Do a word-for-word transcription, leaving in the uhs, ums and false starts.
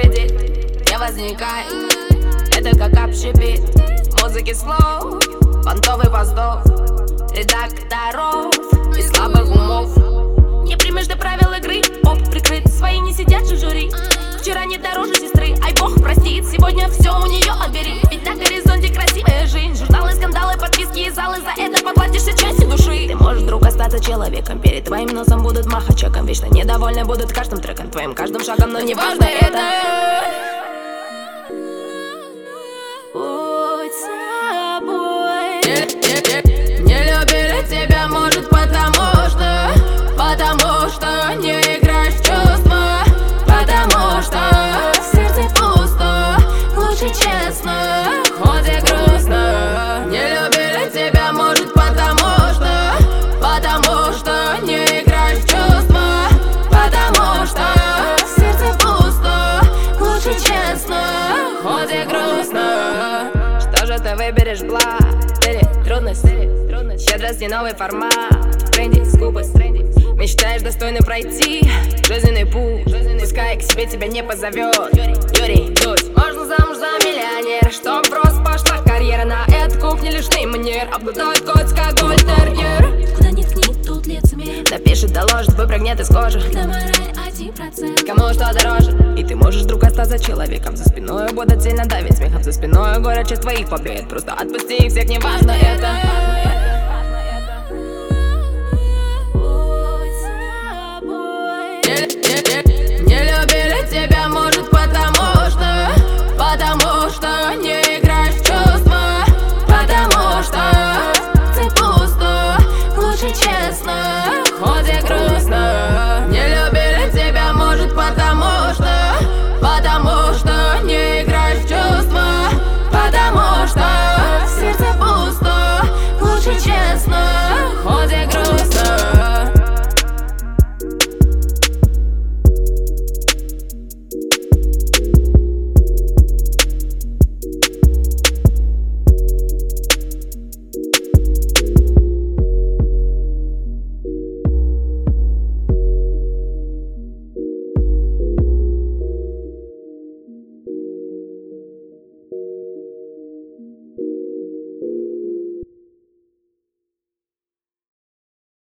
кредит не возникает. Это как общепит музыки слов, понтовый воздух редакторов и слабых умов. Не примешь до правил игры, оп, прикрыт, свои не сидят же в жюри. Вчера не дороже сестры, ай бог простит, сегодня все у нее отбери. Ведь на горизонте красивая жизнь, журналы, скандалы, подписки и залы, за это поплатишься частью души. Ты можешь вдруг остаться человеком, перед твоим носом будут махать чеком, вечно недовольны будут каждым треком, твоим каждым шагом, но не важно это. Будь собой. Не, не, не любили тебя, может, потому что Потому что не играешь в чувства, потому что в сердце пусто, лучше честно, хоть и грустно. Не любили тебя, может, потому что Потому что не играешь в чувства, потому что в сердце пусто, лучше честно, хоть и грустно. Что же ты выберешь, бла? Трудность, щедрость и новый формат, тренди, скупость. Мечтаешь достойно пройти жизненный путь, пускай к себе тебя не позовет Юрий Дудь. Можно замуж за миллионера, чтоб просто пошла карьера. На это кухне лишний манер, обладает котик, огонь, терьер. Куда ни ткни, тут лицемер. Напишет, доложит, выпрыгнет из кожи. Да мораль один процент. Кому что дороже. И ты можешь вдруг остаться человеком. За спиной будут сильно давить смехом, за спиной горячо твоих побед. Просто отпусти их всех, не важно это.